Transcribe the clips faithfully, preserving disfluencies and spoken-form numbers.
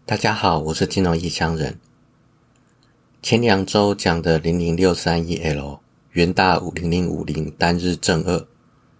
大家好，我是金融异乡人。前两周讲的零零六三一 L 元大零零五零单日正二，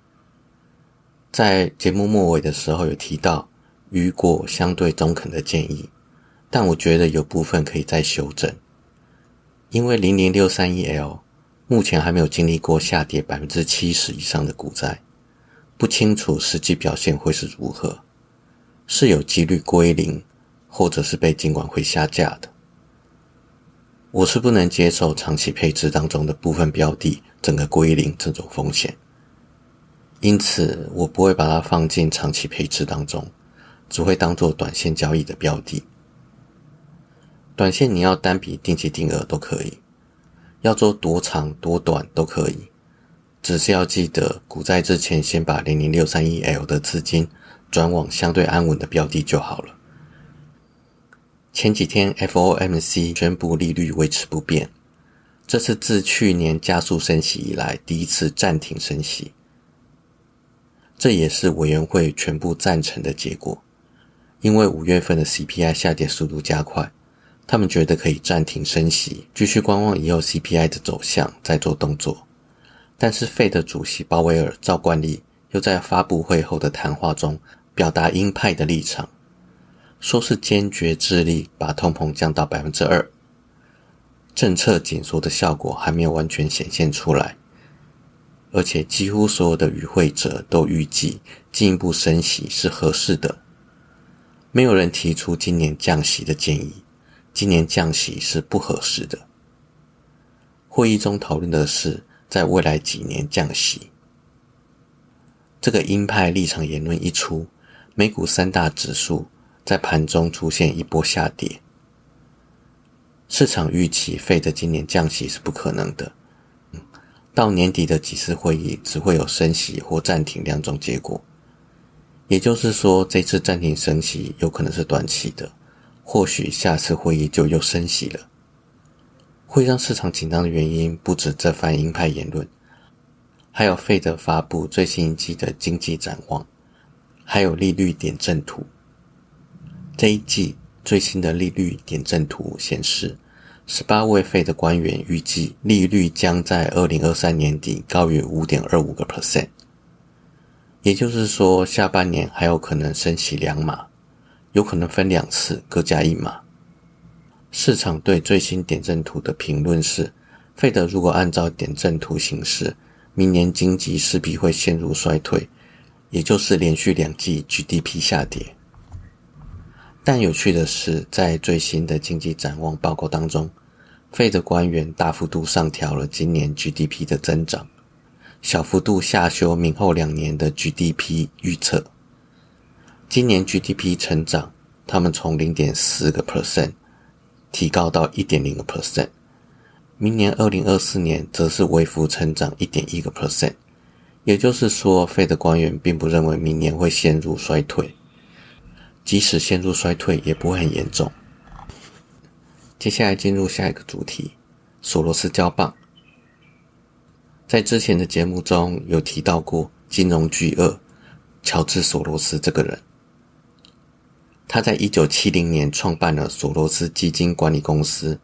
在节目末尾的时候有提到雨果相对中肯的建议，但我觉得有部分可以再修正，因为零零六三一 L 目前还没有经历过下跌 百分之七十 以上的股灾，不清楚实际表现会是如何，是有几率归零或者是被金管会下架的。我是不能接受长期配置当中的部分标的整个归零这种风险，因此我不会把它放进长期配置当中，只会当作短线交易的标的。短线你要单笔定期定额都可以，要做多长多短都可以，只是要记得股灾之前先把零零六三一 L 的资金转往相对安稳的标的就好了。前几天 F O M C 宣布利率维持不变，这是自去年加速升息以来第一次暂停升息，这也是委员会全部赞成的结果。因为五月份的 C P I 下跌速度加快，他们觉得可以暂停升息，继续观望以后 C P I 的走向再做动作。但是 Fed 主席鲍威尔照惯例又在发布会后的谈话中表达鹰派的立场，说是坚决致力把通膨降到 百分之二， 政策紧缩的效果还没有完全显现出来，而且几乎所有的与会者都预计进一步升息是合适的，没有人提出今年降息的建议，今年降息是不合适的。会议中讨论的是在未来几年降息。这个鹰派立场言论一出，美股三大指数在盘中出现一波下跌。市场预期Fed今年降息是不可能的，到年底的几次会议只会有升息或暂停两种结果。也就是说，这次暂停升息有可能是短期的，或许下次会议就又升息了。会让市场紧张的原因不止这番鹰派言论，还有Fed发布最新一季的经济展望，还有利率点阵图。这一季最新的利率点阵图显示，十八位Fed官员预计利率将在二零二三年底高于 百分之五点二五， 也就是说下半年还有可能升息两码，有可能分两次各加一码。市场对最新点阵图的评论是，Fed如果按照点阵图行事，明年经济势必会陷入衰退，也就是连续两季 G D P 下跌。但有趣的是，在最新的经济展望报告当中，Fed官员大幅度上调了今年 G D P 的增长，小幅度下修明后两年的 G D P 预测。今年 G D P 成长，他们从 零点四 个 percent 提高到 一点零 个 percent， 明年二零二四年则是微幅成长 一点一 个 percent， 也就是说 Fed 官员并不认为明年会陷入衰退，即使陷入衰退也不会很严重。接下来进入下一个主题，索罗斯交棒。在之前的节目中有提到过金融巨鳄乔治索罗斯这个人，他在一九七零年创办了索罗斯基金管理公司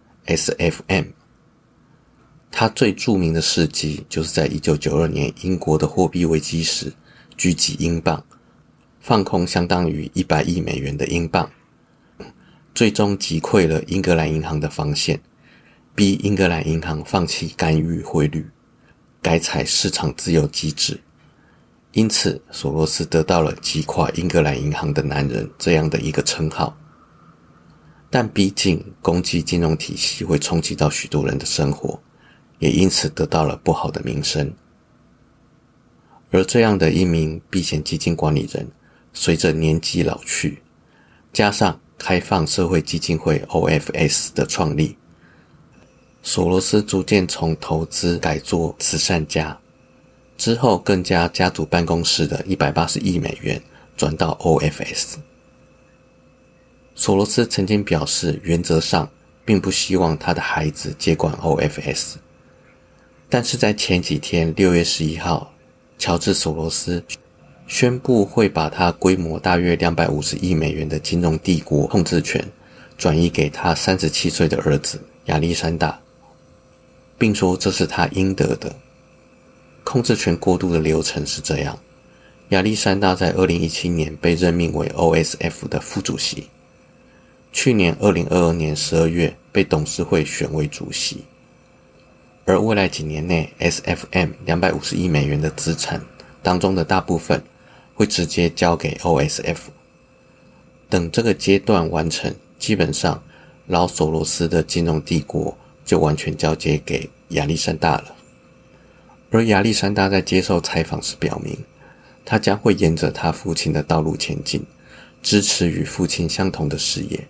S F M。 他最著名的事迹就是在一九九二年英国的货币危机时狙击英镑，放空相当于一百亿美元的英镑，最终击溃了英格兰银行的防线，逼英格兰银行放弃干预汇率，改采市场自由机制。因此索罗斯得到了击垮英格兰银行的男人这样的一个称号。但毕竟攻击金融体系会冲击到许多人的生活，也因此得到了不好的名声。而这样的一名避险基金管理人，随着年纪老去，加上开放社会基金会 O F S 的创立，索罗斯逐渐从投资改做慈善家，之后更加家族办公室的一百八十亿美元转到 O F S。 索罗斯曾经表示，原则上并不希望他的孩子接管 O F S， 但是在前几天六月十一号，乔治索罗斯宣布会把他规模大约两百五十亿美元的金融帝国控制权转移给他三十七岁的儿子亚历山大，并说这是他应得的。控制权过渡的流程是这样：亚历山大在二零一七年被任命为 O S F 的副主席，去年二零二二年十二月被董事会选为主席，而未来几年内 S F M 两百五十亿美元的资产当中的大部分会直接交给 O S F。 等这个阶段完成，基本上老索罗斯的金融帝国就完全交接给亚历山大了。而亚历山大在接受采访时表明，他将会沿着他父亲的道路前进，支持与父亲相同的事业。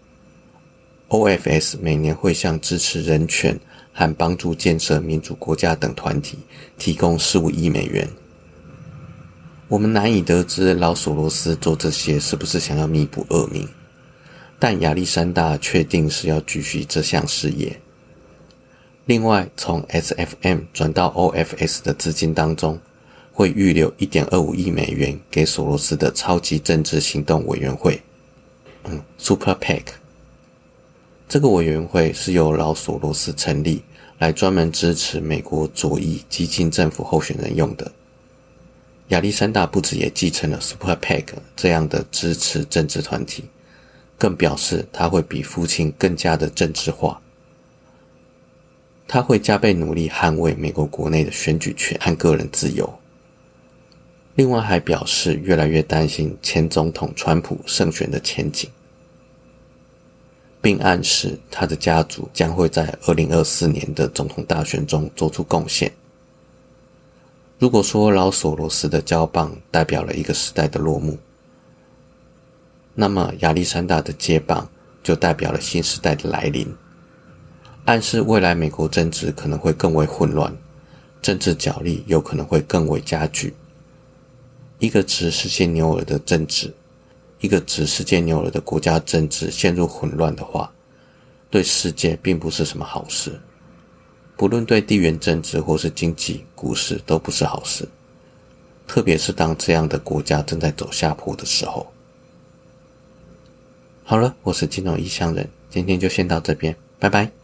O F S 每年会向支持人权和帮助建设民主国家等团体提供十五亿美元。我们难以得知老索罗斯做这些是不是想要弥补恶名，但亚历山大确定是要继续这项事业。另外，从 S F M 转到 O F S 的资金当中，会预留 一点二五亿美元给索罗斯的超级政治行动委员会，嗯 Super PAC。 这个委员会是由老索罗斯成立，来专门支持美国左翼激进政府候选人用的。亚历山大不止也继承了 Super PAC 这样的支持政治团体，更表示他会比父亲更加的政治化。他会加倍努力捍卫美国国内的选举权和个人自由。另外还表示越来越担心前总统川普胜选的前景，并暗示他的家族将会在二零二四年的总统大选中做出贡献。如果说老索罗斯的交棒代表了一个时代的落幕，那么亚历山大的接棒就代表了新时代的来临，暗示未来美国政治可能会更为混乱，政治角力有可能会更为加剧。一个只世界牛耳的政治，一个只世界牛耳的国家政治陷入混乱的话，对世界并不是什么好事，不论对地缘政治或是经济、股市都不是好事，特别是当这样的国家正在走下坡的时候。好了，我是金融异乡人，今天就先到这边，拜拜。